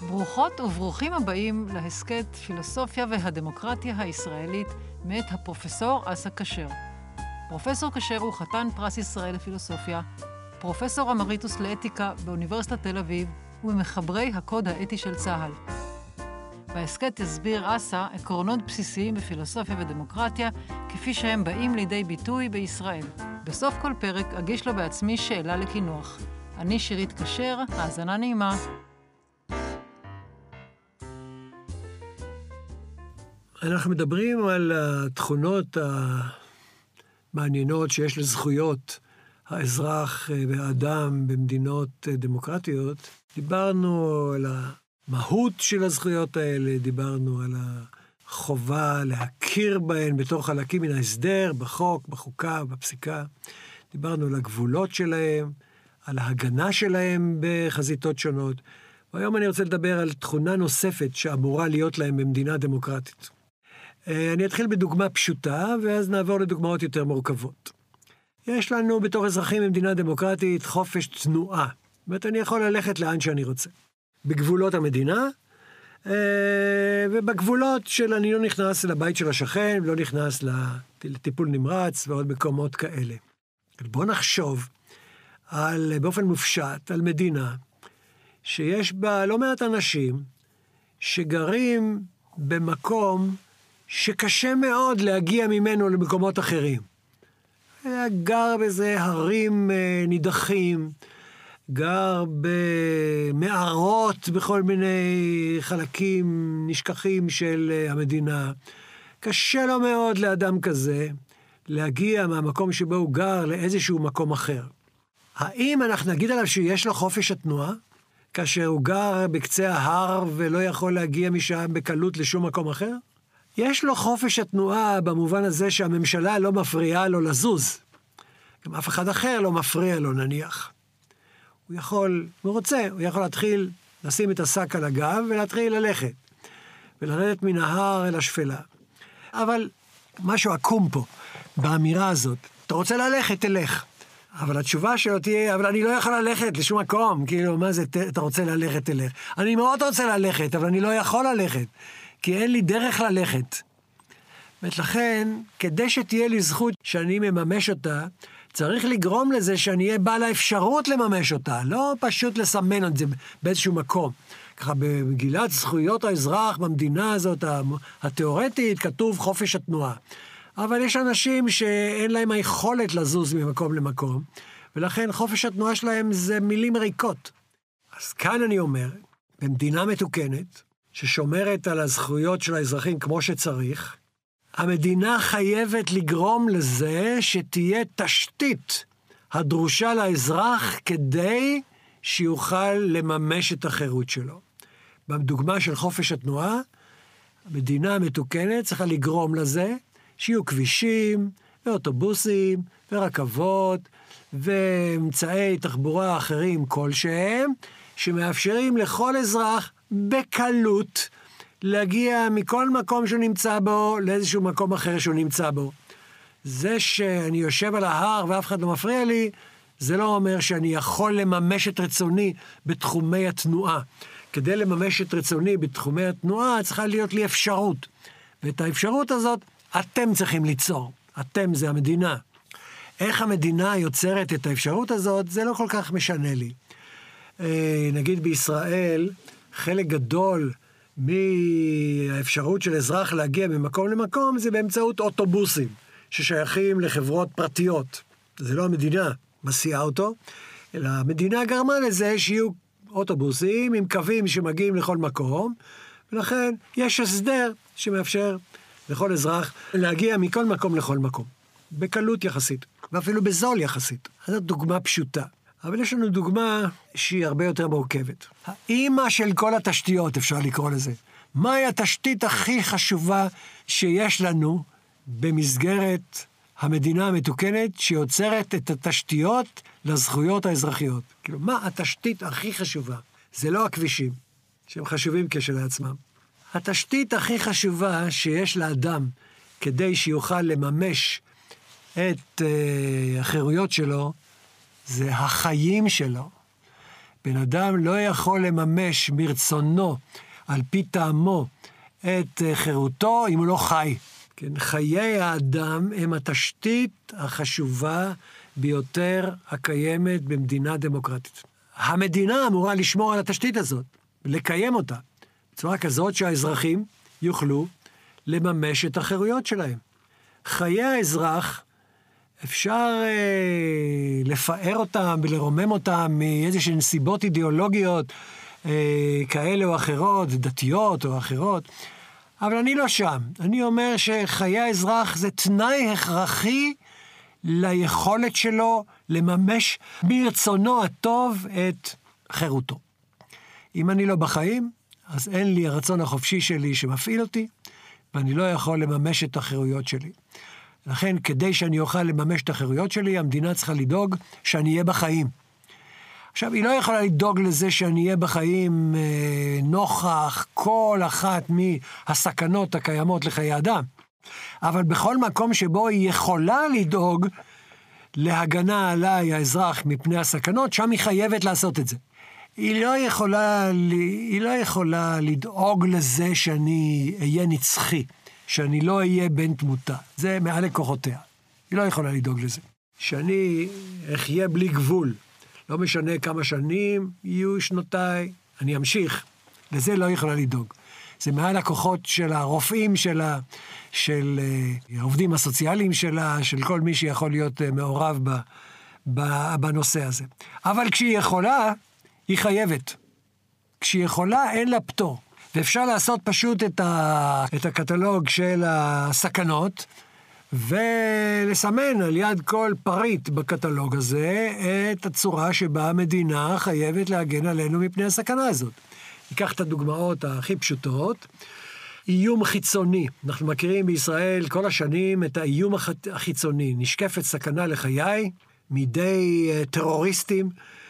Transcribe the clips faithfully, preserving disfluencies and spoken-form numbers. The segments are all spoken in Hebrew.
ברוכות וברוכים הבאים להסכת פילוסופיה והדמוקרטיה הישראלית מאת הפרופסור אסא כשר. פרופסור כשר הוא חתן פרס ישראל לפילוסופיה, פרופסור אמריטוס לאתיקה באוניברסיטת תל אביב ומחברי הקוד האתי של צה"ל. בהסכת יסביר אסא עקרונות בסיסיים בפילוסופיה ודמוקרטיה כפי שהם באים לידי ביטוי בישראל. בסוף כל פרק אגיש לו בעצמי שאלה לקינוח. אני שירית כשר, האזנה נעימה. אנחנו מדברים על התכונות המעניינות שיש לזכויות האזרח והאדם במדינות דמוקרטיות. דיברנו על המהות של הזכויות האלה, דיברנו על החובה להכיר בהן בתור חלקים מן ההסדר, בחוק, בחוקה, בפסיקה. דיברנו על הגבולות שלהם, על ההגנה שלהם בחזיתות שונות. והיום אני רוצה לדבר על תכונה נוספת שאמורה להיות להם במדינה דמוקרטית. אני אתחיל בדוגמה פשוטה, ואז נעבור לדוגמאות יותר מורכבות. יש לנו בתור אזרחים במדינה דמוקרטית חופש תנועה. זאת אומרת, אני יכול ללכת לאן שאני רוצה. בגבולות המדינה, ובגבולות של אני לא נכנס לבית של השכן, ולא נכנס לטיפול נמרץ ועוד מקומות כאלה. בוא נחשוב על, באופן מופשט על מדינה שיש בה לא מעט אנשים שגרים במקום שקשה מאוד להגיע ממנו למקומות אחרים. גר בזה הרים נידחים, גר במערות בכל מיני חלקים נשכחים של המדינה. קשה לו מאוד לאדם כזה להגיע מהמקום שבו הוא גר לאיזשהו מקום אחר. האם אנחנו נגיד עליו שיש לו חופש התנועה, כאשר הוא גר בקצה ההר ולא יכול להגיע משם בקלות לשום מקום אחר? יש לו חופש התנועה במובן הזה שהממשלה לא מפריעה לו לזוז. גם אף אחד אחר לא מפריע לו נניח. הוא יכול, הוא רוצה, הוא יכול להתחיל לשים את השק על הגב ולהתחיל ללכת. ולרדת מן ההר אל השפלה. אבל משהו עקום פה, באמירה הזאת. אתה רוצה ללכת, תלך. אבל התשובה שלו תהיה, אבל אני לא יכול ללכת לשום מקום. כאילו, מה זה, אתה רוצה ללכת, תלך. אני מאוד רוצה ללכת, אבל אני לא יכול ללכת. כי אין לי דרך ללכת. ולכן, כדי שתהיה לי זכות שאני מממש אותה, צריך לגרום לזה שאני אהיה בעל האפשרות לממש אותה, לא פשוט לסמן את זה באיזשהו מקום. ככה במגילת זכויות האזרח במדינה הזאת, התיאורטית, כתוב חופש התנועה. אבל יש אנשים שאין להם היכולת לזוז ממקום למקום, ולכן חופש התנועה שלהם זה מילים ריקות. אז כאן אני אומר, במדינה מתוקנת, ששומרת על הזכויות של האזרחים כמו שצריך, המדינה חייבת לגרום לזה שתהיה תשתית הדרושה לאזרח כדי שיוכל לממש את החירות שלו. בדוגמה של חופש התנועה, המדינה המתוקנת צריכה לגרום לזה שיהיו כבישים ואוטובוסים ורכבות ואמצעי תחבורה אחרים כלשהם, שמאפשרים לכל אזרח בקלות להגיע מכל מקום שהוא נמצא בו לאיזשהו מקום אחר שהוא נמצא בו. זה שאני יושב על ההר ואף אחד לא מפריע לי, זה לא אומר שאני יכול לממש את רצוני בתחומי התנועה. כדי לממש את רצוני בתחומי התנועה, צריכה להיות לי אפשרות. ואת האפשרות הזאת אתם צריכים ליצור. אתם זה המדינה. איך המדינה יוצרת את האפשרות הזאת, זה לא כל כך משנה לי. נגיד בישראל, חלק גדול מהאפשרות של אזרח להגיע ממקום למקום, זה באמצעות אוטובוסים, ששייכים לחברות פרטיות. זה לא המדינה מסיעה אותו, אלא המדינה גרמה לזה שיהיו אוטובוסים עם קווים שמגיעים לכל מקום, ולכן יש הסדר שמאפשר לכל אזרח להגיע מכל מקום לכל מקום, בקלות יחסית, ואפילו בזול יחסית. זאת דוגמה פשוטה. אבל יש לנו דוגמה שהיא הרבה יותר מורכבת. האמא של כל התשתיות, אפשר לקרוא לזה. מהי התשתית הכי חשובה שיש לנו במסגרת המדינה המתוקנת שיוצרת את התשתיות לזכויות האזרחיות? כאילו, מה התשתית הכי חשובה? זה לא הכבישים, שהם חשובים כשלעצמם. התשתית הכי חשובה שיש לאדם כדי שיוכל לממש את uh, החירויות שלו, זה החיים שלו. בן אדם לא יכול לממש מרצונו, על פי טעמו, את חירותו אם הוא לא חי. כן, חיי האדם הם התשתית החשובה ביותר הקיימת במדינה דמוקרטית. המדינה אמורה לשמור על התשתית הזאת, לקיים אותה, בצורה כזאת שהאזרחים יוכלו לממש את החירויות שלהם. חיי האזרח, אפשר אה, לפאר אותם ולרומם אותם מאיזושהי נסיבות אידיאולוגיות אה, כאלה או אחרות, דתיות או אחרות, אבל אני לא שם. אני אומר שחיי האזרח זה תנאי הכרחי ליכולת שלו לממש ברצונו הטוב את חירותו. אם אני לא בחיים, אז אין לי הרצון החופשי שלי שמפעיל אותי, ואני לא יכול לממש את החירויות שלי. לכן, כדי שאני אוכל לממש את החירויות שלי, המדינה צריכה לדאוג שאני אהיה בחיים. עכשיו, היא לא יכולה לדאוג לזה שאני אהיה בחיים אה, נוכח כל אחת מהסכנות הקיימות לחיי אדם. אבל בכל מקום שבו היא יכולה לדאוג להגנה עליי, האזרח, מפני הסכנות, שם היא חייבת לעשות את זה. היא לא יכולה, היא לא יכולה לדאוג לזה שאני אהיה נצחי, שאני לא אהיה בן תמותה. זה מעל לכוחותיה. היא לא יכולה לדאוג לזה. שאני אחיה בלי גבול. לא משנה כמה שנים יהיו שנותיי, אני אמשיך. לזה לא יכולה לדאוג. זה מעל הכוחות של הרופאים שלה, של uh, העובדים הסוציאליים שלה, של כל מי שיכול להיות uh, מעורב ב, ב, בנושא הזה. אבל כשהיא יכולה, היא חייבת. כשהיא יכולה, אין לה פטור. ואפשר לעשות פשוט את, ה, את הקטלוג של הסכנות, ולסמן על יד כל פריט בקטלוג הזה את הצורה שבה המדינה חייבת להגן עלינו מפני הסכנה הזאת. ניקח את הדוגמאות הכי פשוטות. איום חיצוני. אנחנו מכירים בישראל כל השנים את האיום החיצוני. נשקפת סכנה לחיי מידי טרוריסטים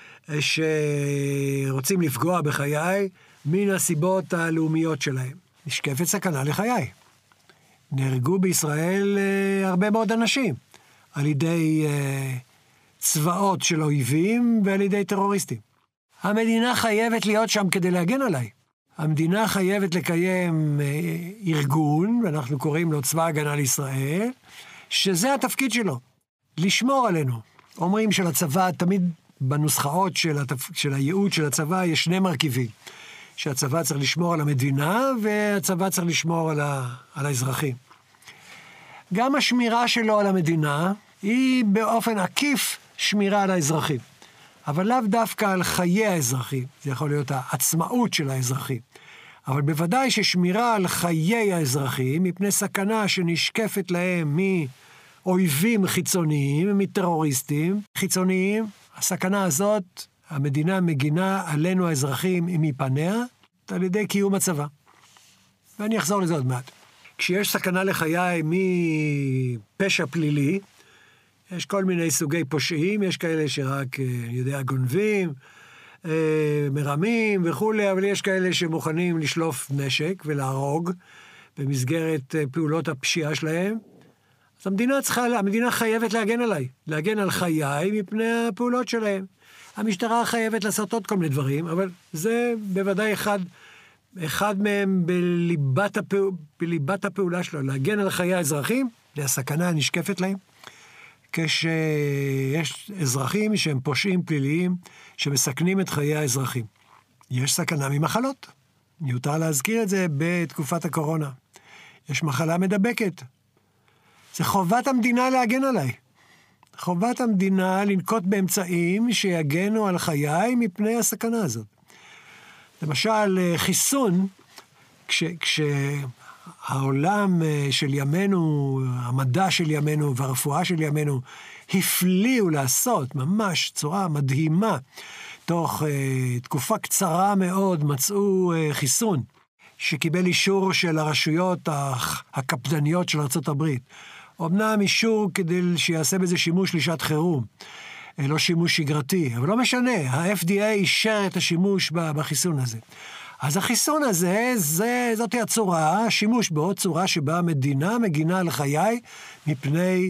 שרוצים לפגוע בחיי מן הסיבות הלאומיות שלהם. נשקפת סכנה לחיי. נהרגו בישראל uh, הרבה מאוד אנשים, על ידי uh, צבאות של אויבים ועל ידי טרוריסטים. המדינה חייבת להיות שם כדי להגן עליי. המדינה חייבת לקיים uh, ארגון, ואנחנו קוראים לו צבא הגנה לישראל, שזה התפקיד שלו, לשמור עלינו. אומרים שלצבא, תמיד בנוסחאות של, התפ... של הייעוד של הצבא, יש שני מרכיבים. שהצבא צריך לשמור על המדינה, והצבא צריך לשמור על, ה... על האזרחים. גם השמירה שלו על המדינה היא באופן עקיף שמירה על האזרחים. אבל לאו דווקא על חיי האזרחים. זה יכול להיות העצמאות של האזרחים. אבל בוודאי ששמירה על חיי האזרחים, מפני סכנה שנשקפת להם מאויבים חיצוניים, מטרוריסטים חיצוניים, הסכנה הזאת, המדינה מגינה עלינו האזרחים מפניה, על ידי קיום הצבא. ואני אחזור לזה עוד מעט. כשיש סכנה לחיי מפשע פלילי, יש כל מיני סוגי פושעים, יש כאלה שרק, אני יודע, גונבים, מרמים וכו', אבל יש כאלה שמוכנים לשלוף נשק ולהרוג במסגרת פעולות הפשיעה שלהם. אז המדינה צריכה, המדינה חייבת להגן עליי, להגן על חיי מפני הפעולות שלהם. המשטרה חייבת לעשות עוד כל מיני דברים, אבל זה בוודאי אחד, אחד מהם בליבת, הפעול, בליבת הפעולה שלו, להגן על חיי האזרחים, הסכנה הנשקפת להם, כשיש אזרחים שהם פושעים פליליים, שמסכנים את חיי האזרחים. יש סכנה ממחלות, מיותר להזכיר את זה בתקופת הקורונה. יש מחלה מדבקת. זה חובת המדינה להגן עליי. חובת המדינה לנקוט באמצעים שיגנו על חיי מפני הסכנה הזאת. למשל, חיסון, כש, כשהעולם של ימינו, המדע של ימינו והרפואה של ימינו, הפליאו לעשות ממש צורה מדהימה, תוך uh, תקופה קצרה מאוד מצאו uh, חיסון, שקיבל אישור של הרשויות הקפדניות של ארצות הברית. אמנם אישור כדי שיעשה בזה שימוש לשעת חירום, לא שימוש שגרתי, אבל לא משנה, ה-אף די איי אישר את השימוש בחיסון הזה. אז החיסון הזה, זה, זאת הצורה, שימוש בו, צורה שבה המדינה מגינה על חיי מפני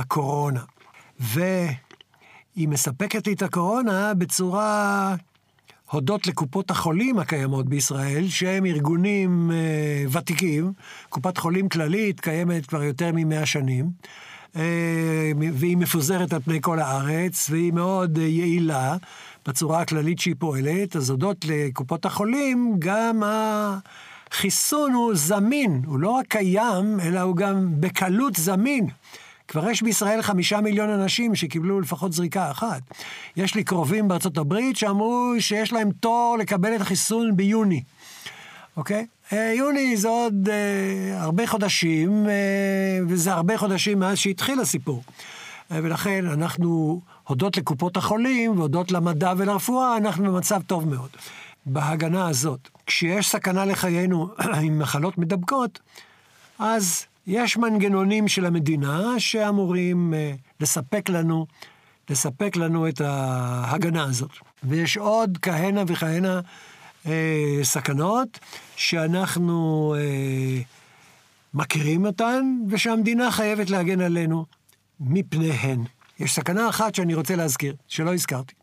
הקורונה. והיא מספקת לי את הקורונה בצורה הודות לקופות החולים הקיימות בישראל, שהם ארגונים אה, ותיקים. קופת חולים כללית קיימת כבר יותר ממאה שנים, אה, והיא מפוזרת על פני כל הארץ, והיא מאוד אה, יעילה בצורה הכללית שהיא פועלת. אז הודות לקופות החולים, גם החיסון הוא זמין, הוא לא רק קיים, אלא הוא גם בקלות זמין. כבר יש בישראל חמישה מיליון אנשים שקיבלו לפחות זריקה אחת. יש לי קרובים בארצות הברית שאמרו שיש להם תור לקבל את החיסון ביוני. אוקיי? אה, יוני זה עוד אה, הרבה חודשים, אה, וזה הרבה חודשים מאז שהתחיל הסיפור. אה, ולכן אנחנו, הודות לקופות החולים, והודות למדע ולרפואה, אנחנו במצב טוב מאוד. בהגנה הזאת, כשיש סכנה לחיינו עם מחלות מדבקות, אז יש מנגנונים של המדינה שאמורים אה, לספק לנו, לספק לנו את ההגנה הזאת. ויש עוד כהנה וכהנה אה, סכנות שאנחנו אה, מכירים אותן, ושהמדינה חייבת להגן עלינו מפניהן. יש סכנה אחת שאני רוצה להזכיר, שלא הזכרתי.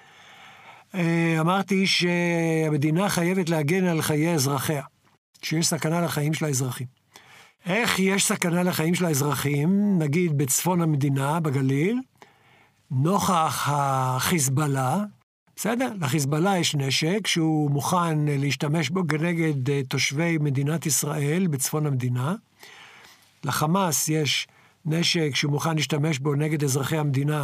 אה, אמרתי שהמדינה חייבת להגן על חיי אזרחיה, שיש סכנה לחיים של האזרחים. איך יש סכנה לחיים של האזרחים, נגיד בצפון המדינה, בגליל, נוכח החיזבאללה, בסדר? לחיזבאללה יש נשק שהוא מוכן להשתמש בו כנגד תושבי מדינת ישראל בצפון המדינה. לחמאס יש נשק שהוא מוכן להשתמש בו נגד אזרחי המדינה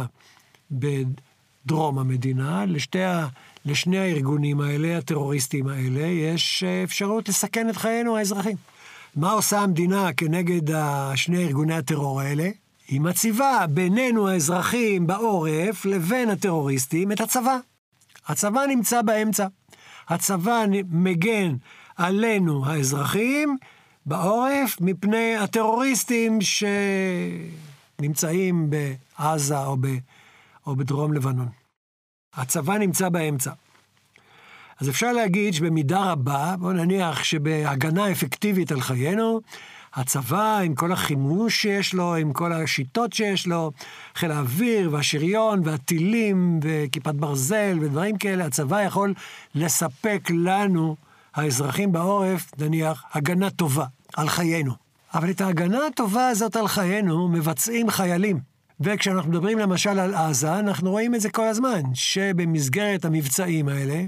בדרום המדינה. לשתי ה... לשני הארגונים האלה, הטרוריסטים האלה, יש אפשרות לסכן את חיינו האזרחים. מה עושה המדינה כנגד שני ארגוני הטרור האלה? היא מציבה בינינו האזרחים בעורף לבין הטרוריסטים את הצבא. הצבא נמצא באמצע. הצבא מגן עלינו האזרחים בעורף מפני הטרוריסטים שנמצאים בעזה או, ב... או בדרום לבנון. הצבא נמצא באמצע. אז אפשר להגיד שבמידה רבה, בוא נניח שבהגנה אפקטיבית על חיינו, הצבא עם כל החימוש שיש לו, עם כל השיטות שיש לו, חיל האוויר והשריון והטילים וכיפת ברזל ודברים כאלה, הצבא יכול לספק לנו, האזרחים בעורף, נניח, הגנה טובה על חיינו. אבל את ההגנה הטובה הזאת על חיינו מבצעים חיילים. וכשאנחנו מדברים למשל על עזה, אנחנו רואים את זה כל הזמן, שבמסגרת המבצעים האלה,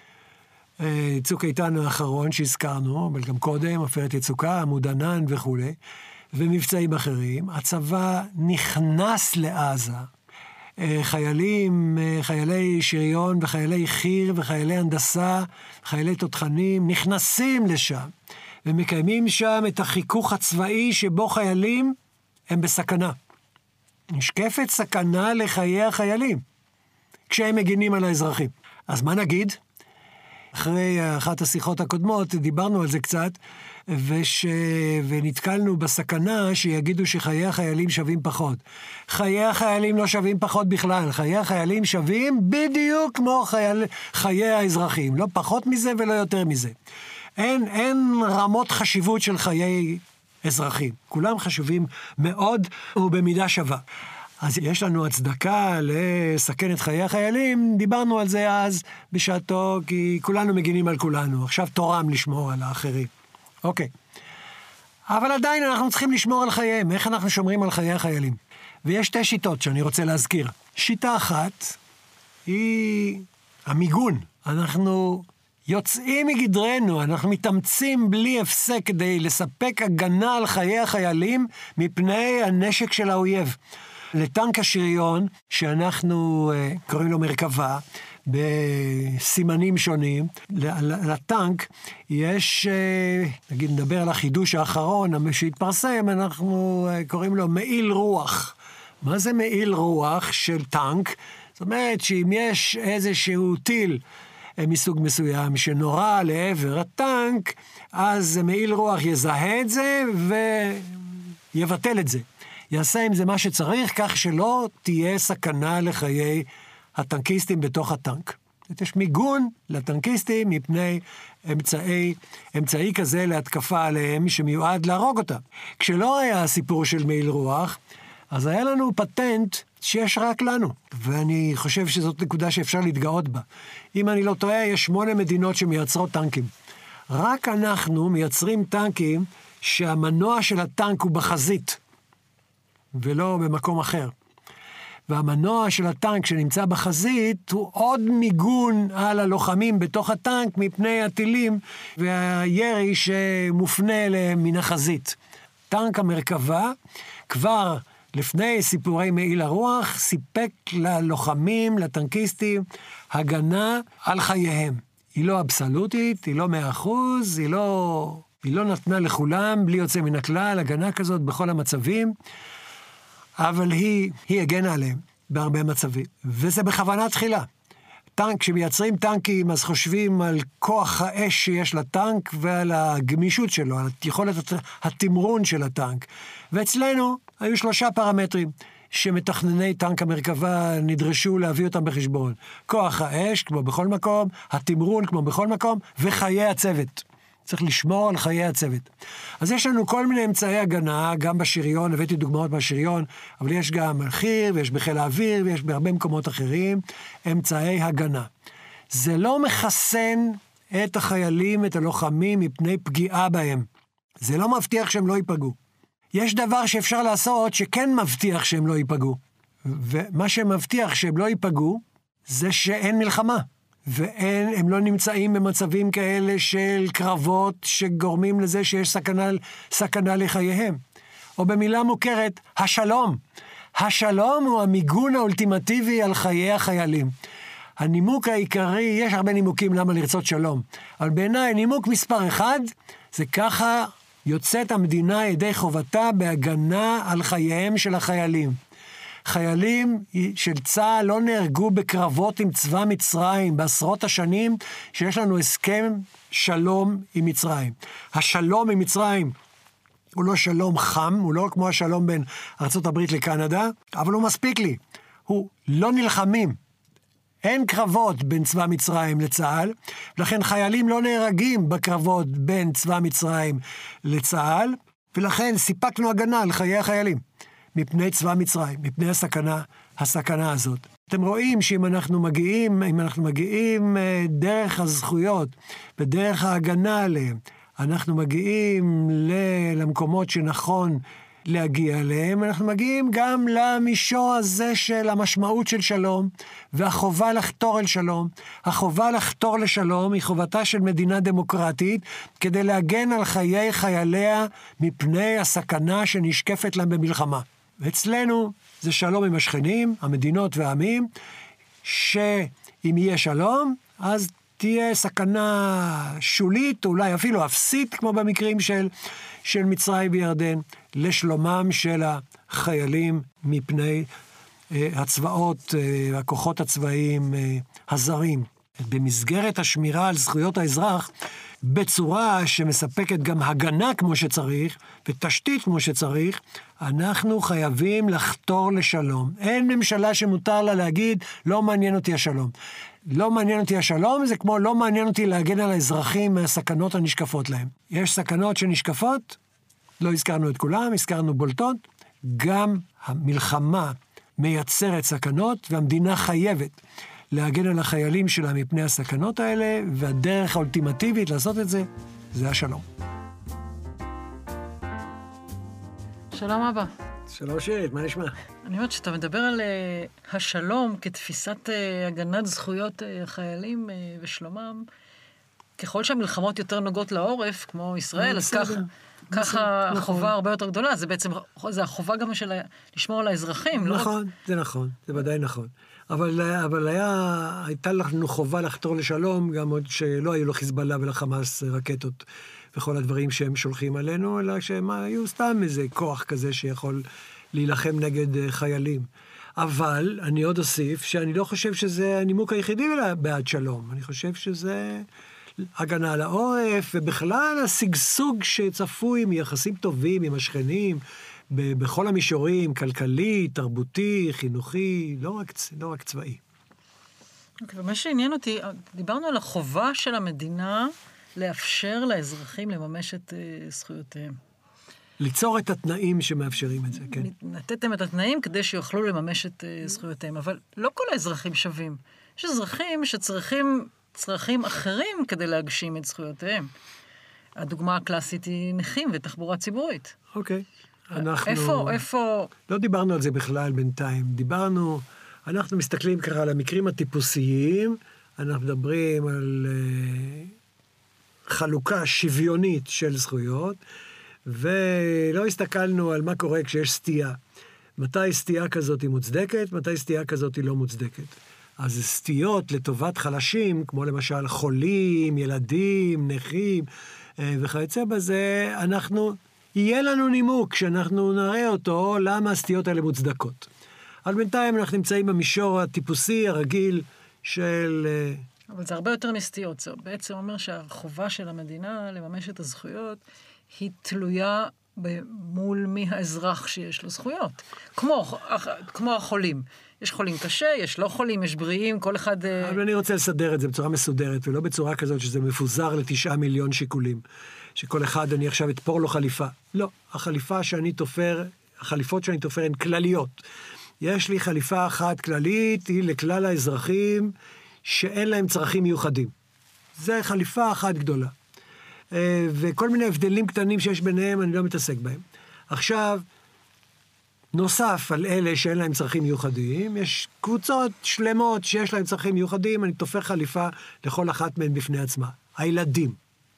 צוק איתן האחרון שהזכרנו, אבל גם קודם, עופרת יצוקה, עמוד ענן וכו', ומבצעים אחרים, הצבא נכנס לעזה, חיילים, חיילי שריון וחיילי חי"ר וחיילי הנדסה, חיילי תותחנים, נכנסים לשם, ומקיימים שם את החיכוך הצבאי שבו חיילים הם בסכנה. נשקפת סכנה לחיי החיילים, כשהם מגינים על האזרחים. אז מה נגיד? אחרי אחת השיחות הקודמות דיברנו על זה קצת, וש... ונתקלנו בסכנה שיגידו שחיי החיילים שווים פחות. חיי החיילים לא שווים פחות בכלל, חיי החיילים שווים בדיוק כמו חייל... חיי האזרחים, לא פחות מזה ולא יותר מזה. אין, אין רמות חשיבות של חיי אזרחים, כולם חשובים מאוד ובמידה שווה. אז יש לנו הצדקה לסכן את חיי החיילים, דיברנו על זה אז בשעתו, כי כולנו מגינים על כולנו, עכשיו תורם לשמור על האחרים. אוקיי. אבל עדיין אנחנו צריכים לשמור על חייהם, איך אנחנו שומרים על חיי החיילים? ויש שתי שיטות שאני רוצה להזכיר. שיטה אחת היא המיגון. אנחנו יוצאים מגדרנו, אנחנו מתאמצים בלי הפסק כדי לספק הגנה על חיי החיילים מפני הנשק של האויב. לטנק השריון, שאנחנו uh, קוראים לו מרכבה, בסימנים שונים, לטנק יש, uh, נגיד נדבר על החידוש האחרון שהתפרסם, אנחנו uh, קוראים לו מעיל רוח. מה זה מעיל רוח של טנק? זאת אומרת שאם יש איזשהו טיל uh, מסוג מסוים שנורא לעבר הטנק, אז מעיל רוח יזהה את זה ויבטל את זה. יעשה עם זה מה שצריך, כך שלא תהיה סכנה לחיי הטנקיסטים בתוך הטנק. יש מיגון לטנקיסטים מפני אמצעי, אמצעי כזה להתקפה עליהם שמיועד להרוג אותם. כשלא היה הסיפור של מעיל רוח, אז היה לנו פטנט שיש רק לנו, ואני חושב שזאת נקודה שאפשר להתגאות בה. אם אני לא טועה, יש שמונה מדינות שמייצרות טנקים. רק אנחנו מייצרים טנקים שהמנוע של הטנק הוא בחזית, ולא במקום אחר. והמנוע של הטנק שנמצא בחזית הוא עוד מיגון על הלוחמים בתוך הטנק מפני הטילים והירי שמופנה אליהם מן החזית. טנק המרכבה כבר לפני סיפורי מעיל הרוח סיפק ללוחמים, לטנקיסטים, הגנה על חייהם. היא לא אבסולוטית, היא לא מאה אחוז, היא לא, היא לא נתנה לכולם בלי יוצא מן הכלל, הגנה כזאת בכל המצבים. אבל היא, היא הגנה עליהם בהרבה מצבים. וזה בכוונה תחילה. טנק, כשמייצרים טנקים, אז חושבים על כוח האש שיש לטנק ועל הגמישות שלו, על יכולת התמרון של הטנק. ואצלנו היו שלושה פרמטרים שמתכנני טנק המרכבה נדרשו להביא אותם בחשבון. כוח האש, כמו בכל מקום, התמרון, כמו בכל מקום, וחיי הצוות. צריך לשמור על חיי הצוות. אז יש לנו כל מיני אמצעי הגנה, גם בשריון, הבאתי דוגמאות בשריון, אבל יש גם בחי"ר, ויש בחיל האוויר, ויש בהרבה מקומות אחרים, אמצעי הגנה. זה לא מחסן את החיילים, את הלוחמים, מפני פגיעה בהם. זה לא מבטיח שהם לא ייפגעו. יש דבר שאפשר לעשות שכן מבטיח שהם לא ייפגעו. ומה שמבטיח שהם לא ייפגעו, זה שאין מלחמה. והם לא נמצאים במצבים כאלה של קרבות שגורמים לזה שיש סכנה, סכנה לחייהם. או במילה מוכרת, השלום. השלום הוא המיגון האולטימטיבי על חיי החיילים. הנימוק העיקרי, יש הרבה נימוקים למה לרצות שלום, אבל בעיניי נימוק מספר אחד, זה ככה יוצאת המדינה ידי חובתה בהגנה על חייהם של החיילים. חיילים של צה"ל לא נהרגו בקרבות עם צבא מצרים בעשרות השנים שיש לנו הסכם שלום עם מצרים. השלום עם מצרים הוא לא שלום חם, הוא לא כמו השלום בין ארצות הברית לקנדה, אבל הוא מספיק לי. הוא לא נלחמים. אין קרבות בין צבא מצרים לצה"ל, ולכן חיילים לא נהרגים בקרבות בין צבא מצרים לצה"ל, ולכן סיפקנו הגנה על חיי החיילים. מפני צבא מצרים, מפני הסכנה, הסכנה הזאת. אתם רואים שאם אנחנו מגיעים, אם אנחנו מגיעים דרך הזכויות ודרך ההגנה עליהם, אנחנו מגיעים למקומות שנכון להגיע אליהם, אנחנו מגיעים גם למישור הזה של המשמעות של שלום, והחובה לחתור אל שלום. החובה לחתור לשלום היא חובתה של מדינה דמוקרטית, כדי להגן על חיי חייליה מפני הסכנה שנשקפת להם במלחמה. ואצלנו זה שלום עם השכנים, המדינות והעמים, שאם יהיה שלום, אז תהיה סכנה שולית, אולי אפילו אפסית, כמו במקרים של, של מצרים וירדן, לשלומם של החיילים מפני אה, הצבאות, אה, הכוחות הצבאיים אה, הזרים. במסגרת השמירה על זכויות האזרח, בצורה שמספקת גם הגנה כמו שצריך, ותשתית כמו שצריך, אנחנו חייבים לחתור לשלום. אין ממשלה שמותר לה להגיד, לא מעניין אותי השלום. לא מעניין אותי השלום, זה כמו לא מעניין אותי להגן על האזרחים מהסכנות הנשקפות להם. יש סכנות שנשקפות, לא הזכרנו את כולם, הזכרנו בולטות, גם המלחמה מייצרת סכנות, והמדינה חייבת להגן על החיילים שלה מפני הסכנות האלה, והדרך האולטימטיבית לעשות את זה, זה השלום. שלום אבא. שלום שירית, מה נשמע? אני אומרת שאתה מדבר על uh, השלום כתפיסת uh, הגנת זכויות uh, חיילים uh, ושלומם, ככל שהמלחמות יותר נוגעות לעורף, כמו ישראל, אז כך, ככה החובה הרבה יותר גדולה. זה בעצם, זה החובה גם של לשמור על האזרחים. נכון, לא... זה נכון, זה ודאי נכון. אבל, אבל היה, הייתה לנו חובה לחתור לשלום, גם עוד שלא היו לו חיזבאללה ולחמאס רקטות וכל הדברים שהם שולחים עלינו, אלא שהם היו סתם איזה כוח כזה שיכול להילחם נגד חיילים. אבל אני עוד אוסיף שאני לא חושב שזה הנימוק היחידי בעד שלום. אני חושב שזה הגנה על העורף, ובכלל הסגסוג שצפוי מיחסים טובים עם השכנים, בכל המישורים, כלכלי, תרבותי, חינוכי, לא רק, לא רק צבאי. אוקיי, ומה שעניין אותי, דיברנו על החובה של המדינה לאפשר לאזרחים לממש את uh, זכויותיהם. ליצור את התנאים שמאפשרים את זה, כן. נתתם את התנאים כדי שיוכלו לממש את uh, זכויותיהם, אבל לא כל האזרחים שווים. יש אזרחים שצריכים צרכים אחרים כדי להגשים את זכויותיהם. הדוגמה הקלאסית היא נכים ותחבורה ציבורית. אוקיי. אנחנו... איפה, איפה... לא דיברנו על זה בכלל בינתיים. דיברנו, אנחנו מסתכלים ככה על המקרים הטיפוסיים, אנחנו מדברים על uh, חלוקה שוויונית של זכויות, ולא הסתכלנו על מה קורה כשיש סטייה. מתי סטייה כזאת היא מוצדקת, מתי סטייה כזאת היא לא מוצדקת. אז סטיות לטובת חלשים, כמו למשל חולים, ילדים, נכים, וכיוצא בזה, אנחנו, יהיה לנו נימוק שאנחנו נראה אותו, למה הסטיות האלה מוצדקות. אבל בינתיים אנחנו נמצאים במישור הטיפוסי, הרגיל של... אבל זה הרבה יותר מסטיות. זה בעצם אומר שהחובה של המדינה לממש את הזכויות, היא תלויה מול מי האזרח שיש לו זכויות. כמו, כמו החולים. יש חולים קשה, יש לא חולים, יש בריאים, כל אחד... אבל אני רוצה לסדר את זה בצורה מסודרת, ולא בצורה כזאת שזה מפוזר לתשעה מיליון שיקולים. שכל אחד, אני עכשיו אתפור לו חליפה. לא, החליפה שאני תופר, החליפות שאני תופר הן כלליות. יש לי חליפה אחת כללית, היא לכלל האזרחים שאין להם צרכים מיוחדים. זה חליפה אחת גדולה. וכל מיני הבדלים קטנים שיש ביניהם, אני לא מתעסק בהם. עכשיו, נוסף על אלה שאין להם צרכים מיוחדים, יש קבוצות שלמות שיש להם צרכים מיוחדים, אני תופר חליפה לכל אחת מהן בפני עצמה. הילדים,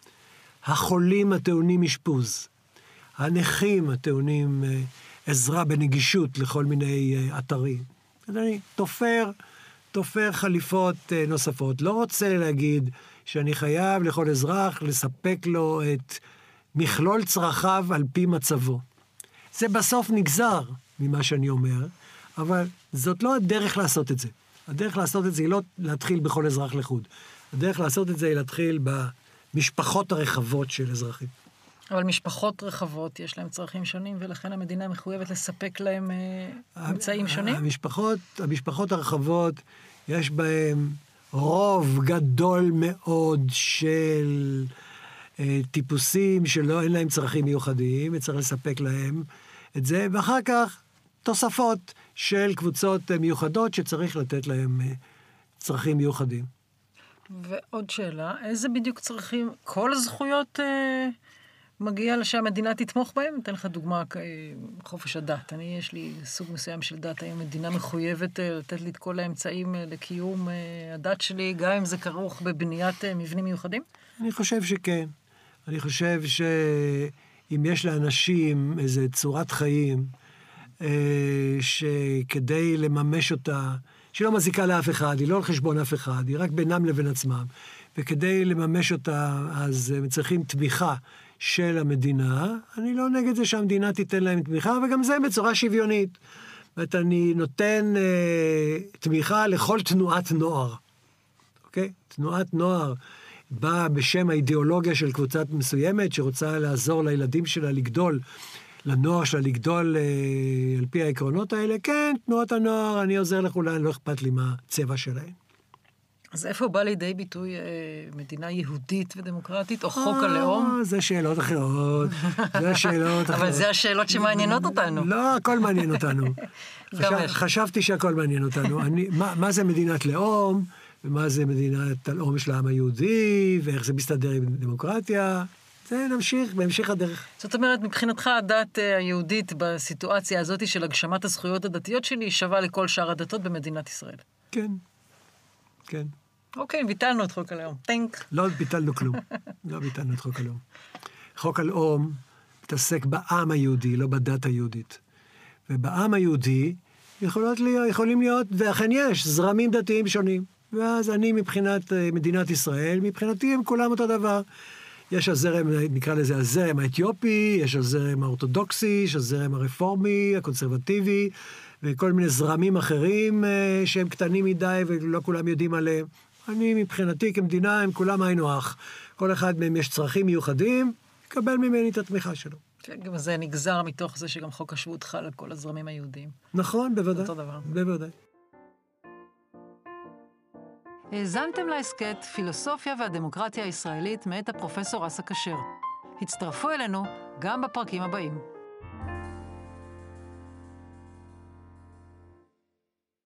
החולים הטעונים אשפוז, הנכים הטעונים עזרה בנגישות לכל מיני אתרים. אז אני תופר, תופר חליפות נוספות. לא רוצה להגיד שאני חייב לכל אזרח לספק לו את מכלול צרכיו על פי מצבו. זה בסוף נגזר ממה שאני אומר, אבל זאת לא הדרך לעשות את זה. הדרך לעשות את זה היא לא להתחיל בכל אזרח לחוד. הדרך לעשות את זה היא להתחיל במשפחות הרחבות של אזרחים. אבל משפחות רחבות יש להם צרכים שונים, ולכן המדינה מחויבת לספק להם אמצעים שונים? המשפחות, המשפחות הרחבות, יש בהם רוב גדול מאוד של אה, טיפוסים שלא אין להם צרכים מיוחדים, וצריך לספק להם את זה, ואחר כך תוספות של קבוצות מיוחדות שצריך לתת להם אה, צרכים מיוחדים. ועוד שאלה, איזה בדיוק צרכים, כל הזכויות אה, מגיע שהמדינה תתמוך בהם? אתן לך דוגמה, אה, חופש הדת. אני, יש לי סוג מסוים של דת, האם המדינה מחויבת אה, לתת לי את כל האמצעים אה, לקיום אה, הדת שלי, גם אם זה כרוך בבניית אה, מבנים מיוחדים? אני חושב שכן. אני חושב שאם יש לאנשים איזו צורת חיים, אה, שכדי לממש אותה, שהיא לא מזיקה לאף אחד, היא לא על חשבון אף אחד, היא רק בינם לבין עצמם, וכדי לממש אותה, אז הם צריכים תמיכה של המדינה. אני לא נגד זה שהמדינה תיתן להם תמיכה, וגם זה בצורה שוויונית. זאת אומרת, אני נותן אה, תמיכה לכל תנועת נוער. אוקיי? תנועת נוער באה בשם האידיאולוגיה של קבוצת מסוימת, שרוצה לעזור לילדים שלה לגדול, לנוער שלה לגדול אה, על פי העקרונות האלה. כן, תנועת הנוער, אני עוזר לכולן, לא אכפת לי מה הצבע שלהן. אז איפה בא לידי ביטוי אה, מדינה יהודית ודמוקרטית, או חוק הלאום? זה שאלות אחרות, זה שאלות אחרות. אבל זה השאלות שמעניינות אותנו. לא, הכל מעניין אותנו. חשבתי שהכל מעניין אותנו. מה זה מדינת לאום, ומה זה מדינת הלאום של העם היהודי, ואיך זה מסתדר עם דמוקרטיה. זה נמשיך, בהמשך הדרך. זאת אומרת, מבחינתך הדת היהודית בסיטואציה הזאת של הגשמת הזכויות הדתיות שלי, שווה לכל שאר הדתות במדינת ישראל. כן. כן. אוקיי, ביטלנו את חוק הלאום. טנק. לא ביטלנו כלום. לא ביטלנו את חוק הלאום. חוק הלאום מתעסק בעם היהודי, לא בדת היהודית. ובעם היהודי יכולות להיות, יכולים להיות, ואכן יש, זרמים דתיים שונים. ואז אני מבחינת מדינת ישראל, מבחינתי הם כולם אותו דבר. יש הזרם, נקרא לזה הזרם האתיופי, יש הזרם האורתודוקסי, יש הזרם הרפורמי, הקונסרבטיבי, וכל מיני זרמים אחרים שהם קטנים מדי ולא כולם יודעים עליהם. אני מבחינתי כמדינה, הם כולם היינו אח. כל אחד מהם יש צרכים מיוחדים, יקבל ממני את התמיכה שלו. גם זה נגזר מתוך זה שגם חוק השבות חל על כל הזרמים היהודיים. נכון, בוודאי. אותו דבר. בוודאי. האזנתם להסכת פילוסופיה והדמוקרטיה הישראלית מאת הפרופסור אסא כשר. הצטרפו אלינו גם בפרקים הבאים.